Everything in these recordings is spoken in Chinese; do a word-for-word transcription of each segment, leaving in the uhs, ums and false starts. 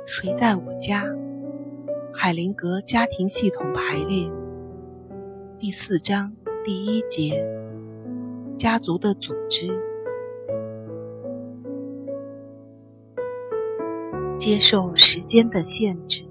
谁在我家？海灵格家庭系统排列第四章第一节，家族的组织。接受时间的限制。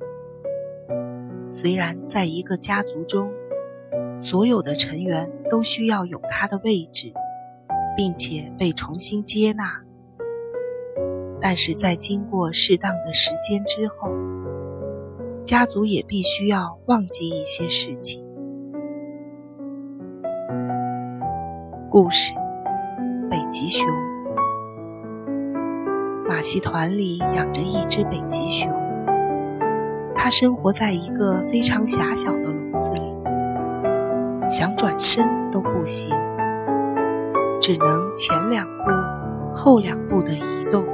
虽然在一个家族中，所有的成员都需要有他的位置，并且被重新接纳，但是在经过适当的时间之后，家族也必须要忘记一些事情。故事：北极熊。马戏团里养着一只北极熊，它生活在一个非常狭小的笼子里，想转身都不行，只能前两步后两步的移动。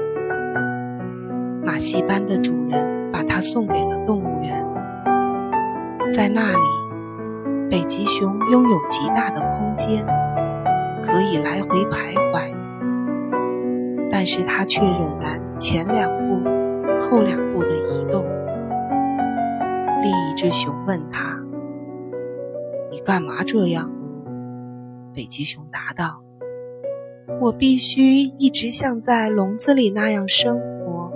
马戏班的主人把它送给了动物园，在那里，北极熊拥有极大的空间，可以来回徘徊，但是它却仍然前两步后两步的移动。另一只熊问他：你干嘛这样？北极熊答道：我必须一直像在笼子里那样生活。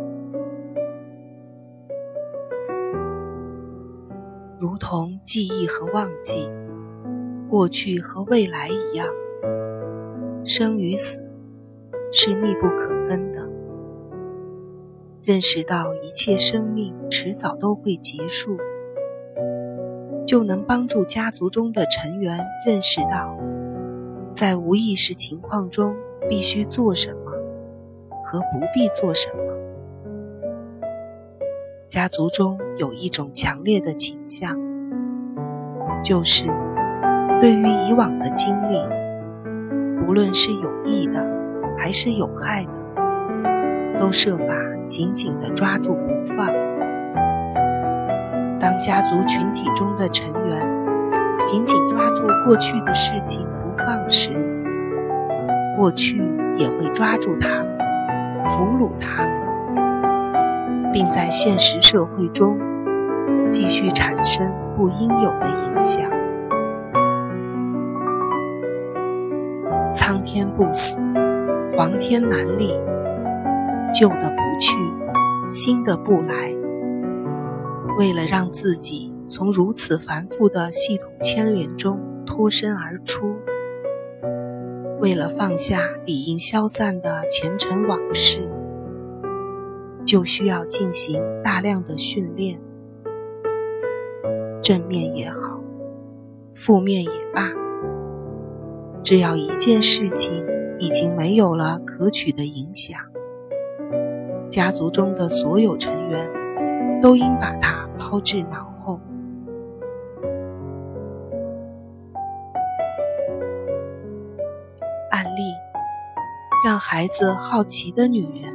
如同记忆和忘记，过去和未来一样，生与死是密不可分的。认识到一切生命迟早都会结束，就能帮助家族中的成员认识到，在无意识情况中必须做什么和不必做什么。家族中有一种强烈的倾向，就是对于以往的经历，无论是有益的还是有害的，都设法紧紧地抓住不放。当家族群体中的成员紧紧抓住过去的事情不放时，过去也会抓住他们，俘虏他们，并在现实社会中继续产生不应有的影响。苍天不死，黄天难立，旧的不去，新的不来。为了让自己从如此繁复的系统牵连中脱身而出，为了放下理应消散的前尘往事，就需要进行大量的训练。正面也好，负面也罢，只要一件事情已经没有了可取的影响，家族中的所有成员都应把它抛至脑后。案例：让孩子好奇的女人。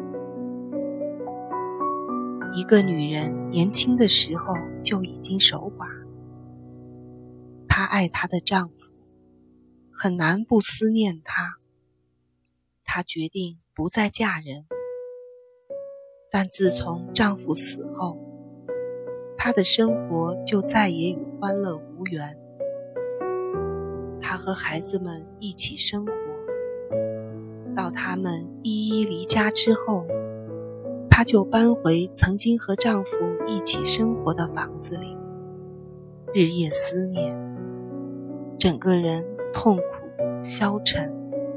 一个女人年轻的时候就已经守寡，她爱她的丈夫，很难不思念他。她决定不再嫁人，但自从丈夫死后，她的生活就再也与欢乐无缘。她和孩子们一起生活，到他们一一离家之后，她就搬回曾经和丈夫一起生活的房子里，日夜思念，整个人痛苦消沉。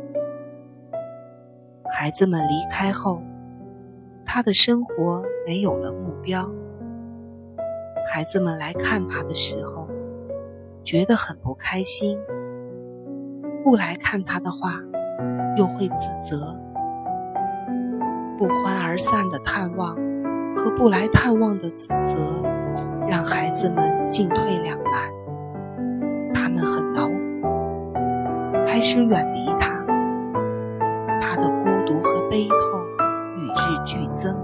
孩子们离开后，她的生活没有了目标。孩子们来看她的时候，觉得很不开心，不来看她的话，又会自责。不欢而散的探望和不来探望的自责，让孩子们进退两难。他们很恼火，开始远离他。他的孤独和悲痛与日俱增。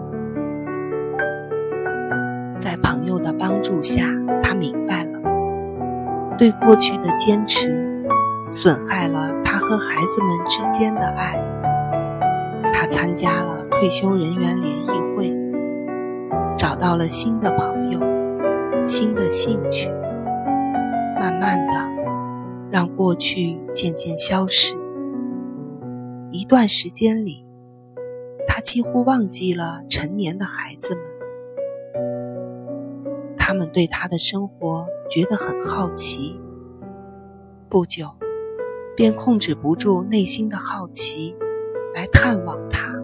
在朋友的帮助下，他明白了，对过去的坚持损害了他和孩子们之间的爱。他参加了退休人员联谊会， 找到了新的朋友，新的兴趣，慢慢的让过去渐渐消失。一段时间里，他几乎忘记了成年的孩子们。他们对他的生活觉得很好奇，不久便控制不住内心的好奇，来探望他。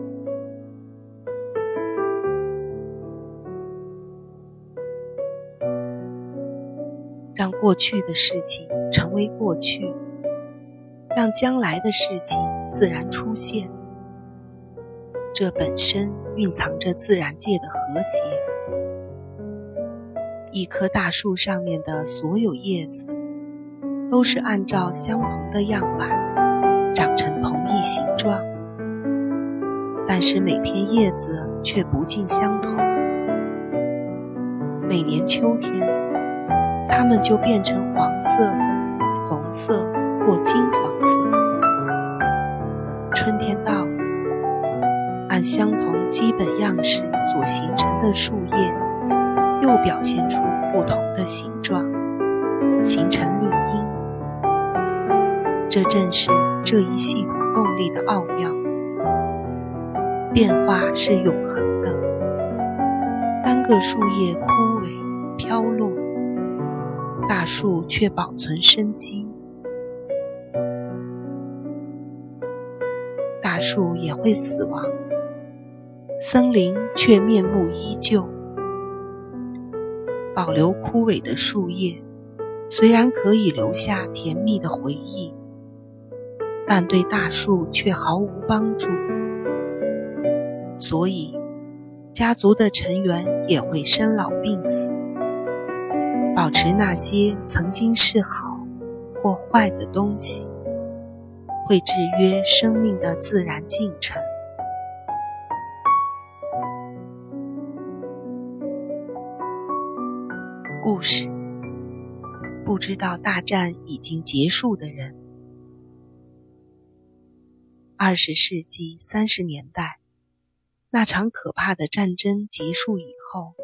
让过去的事情成为过去，让将来的事情自然出现，这本身蕴藏着自然界的和谐。一棵大树上面的所有叶子都是按照相同的样板长成同一形状，但是每片叶子却不尽相同。每年秋天，它们就变成黄色、红色或金黄色。春天到了，按相同基本样式所形成的树叶又表现出不同的形状，形成绿荫。这正是这一系统动力的奥妙。变化是永恒的，单个树叶枯萎飘落，大树却保存生机。大树也会死亡，森林却面目依旧。保留枯萎的树叶，虽然可以留下甜蜜的回忆，但对大树却毫无帮助。所以，家族的成员也会生老病死。保持那些曾经是好或坏的东西，会制约生命的自然进程。故事：不知道大战已经结束的人。二十世纪三十年代，那场可怕的战争结束以后，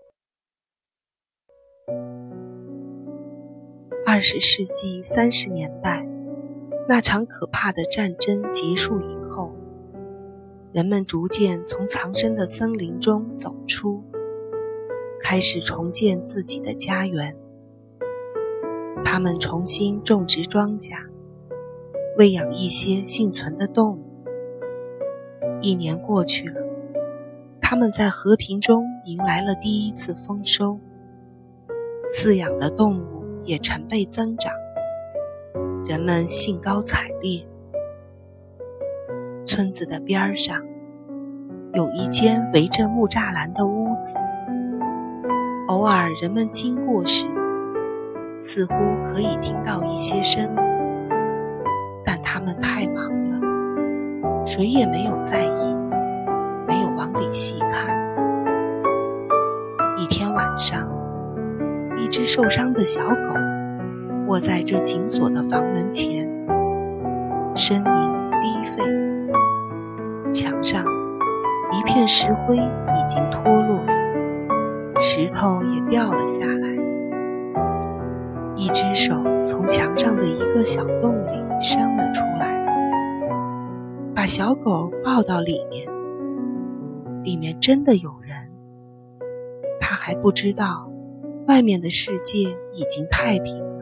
二十世纪三十年代，那场可怕的战争结束以后，人们逐渐从藏身的森林中走出，开始重建自己的家园。他们重新种植庄稼，喂养一些幸存的动物。一年过去了，他们在和平中迎来了第一次丰收，饲养的动物也成倍增长，人们兴高采烈。村子的边上有一间围着木栅栏的屋子，偶尔人们经过时，似乎可以听到一些声音，但他们太忙了，谁也没有在意，没有往里细看。一天晚上，一只受伤的小狗卧在这紧锁的房门前，呻吟低吠。墙上一片石灰已经脱落，石头也掉了下来。一只手从墙上的一个小洞里伸了出来，把小狗抱到里面。里面真的有人，他还不知道外面的世界已经太平了。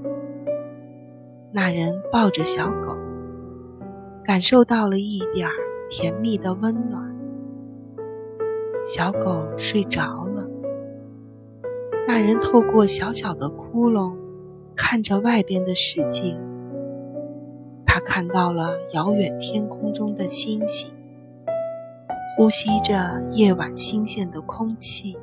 那人抱着小狗，感受到了一点甜蜜的温暖。小狗睡着了，那人透过小小的窟窿看着外边的世界，他看到了遥远天空中的星星，呼吸着夜晚新鲜的空气。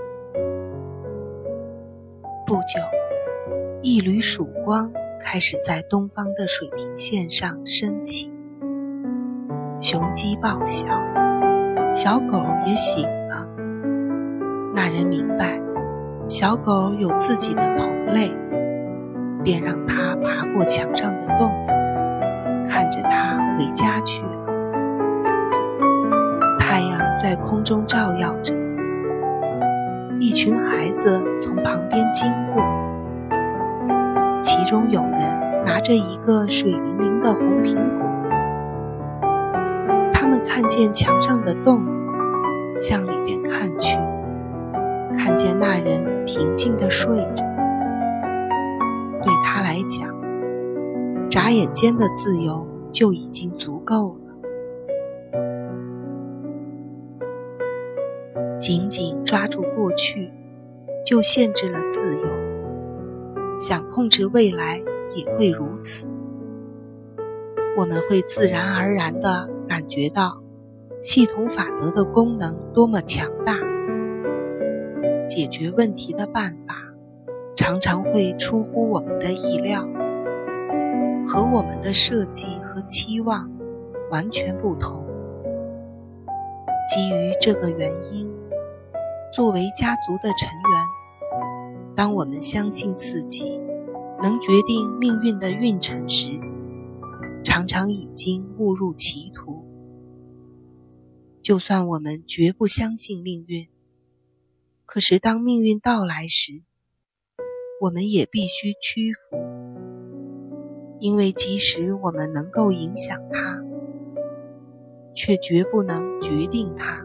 不久，一缕曙光开始在东方的水平线上升起。雄鸡报晓，小狗也醒了。那人明白，小狗有自己的同类，便让它爬过墙上的洞，看着它回家去了。太阳在空中照耀着， 中有人拿着一个水灵灵的红苹果，他们看见墙上的洞，向里边看去，看见那人平静地睡着。对他来讲，眨眼间的自由就已经足够了。紧紧抓住过去，就限制了自由，想控制未来也会如此。我们会自然而然地感觉到系统法则的功能多么强大，解决问题的办法常常会出乎我们的意料，和我们的设计和期望完全不同。基于这个原因，作为家族的成员，当我们相信自己能决定命运的运程时，常常已经误入歧途。就算我们绝不相信命运，可是当命运到来时，我们也必须屈服，因为即使我们能够影响它，却绝不能决定它。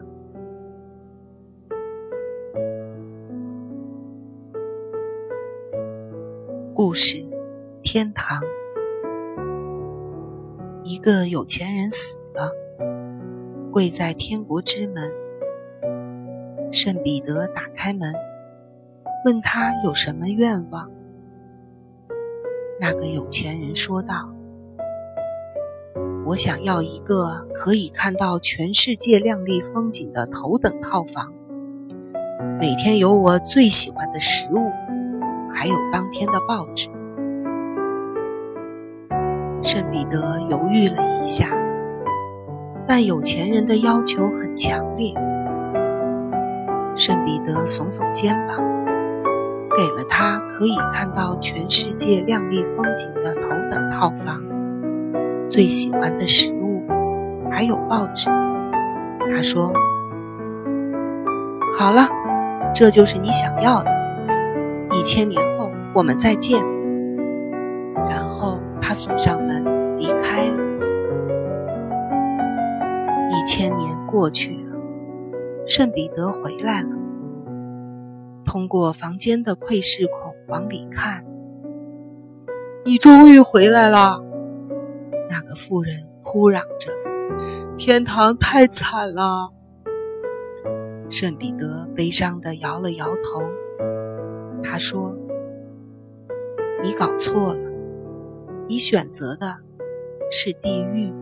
故事：天堂。一个有钱人死了，跪在天国之门。圣彼得打开门，问他有什么愿望。那个有钱人说道：我想要一个可以看到全世界亮丽风景的头等套房，每天有我最喜欢的食物，还有当天的报纸。圣彼得犹豫了一下，但有钱人的要求很强烈。圣彼得耸耸肩膀，给了他可以看到全世界亮丽风景的头等套房，最喜欢的食物，还有报纸。他说：好了，这就是你想要的，一千年后我们再见。然后他锁上门离开了。一千年过去了，圣彼得回来了，通过房间的窥视孔往里看。你终于回来了，那个妇人哭嚷着，天堂太惨了。圣彼得悲伤地摇了摇头，他说：你搞错了，你选择的是地狱。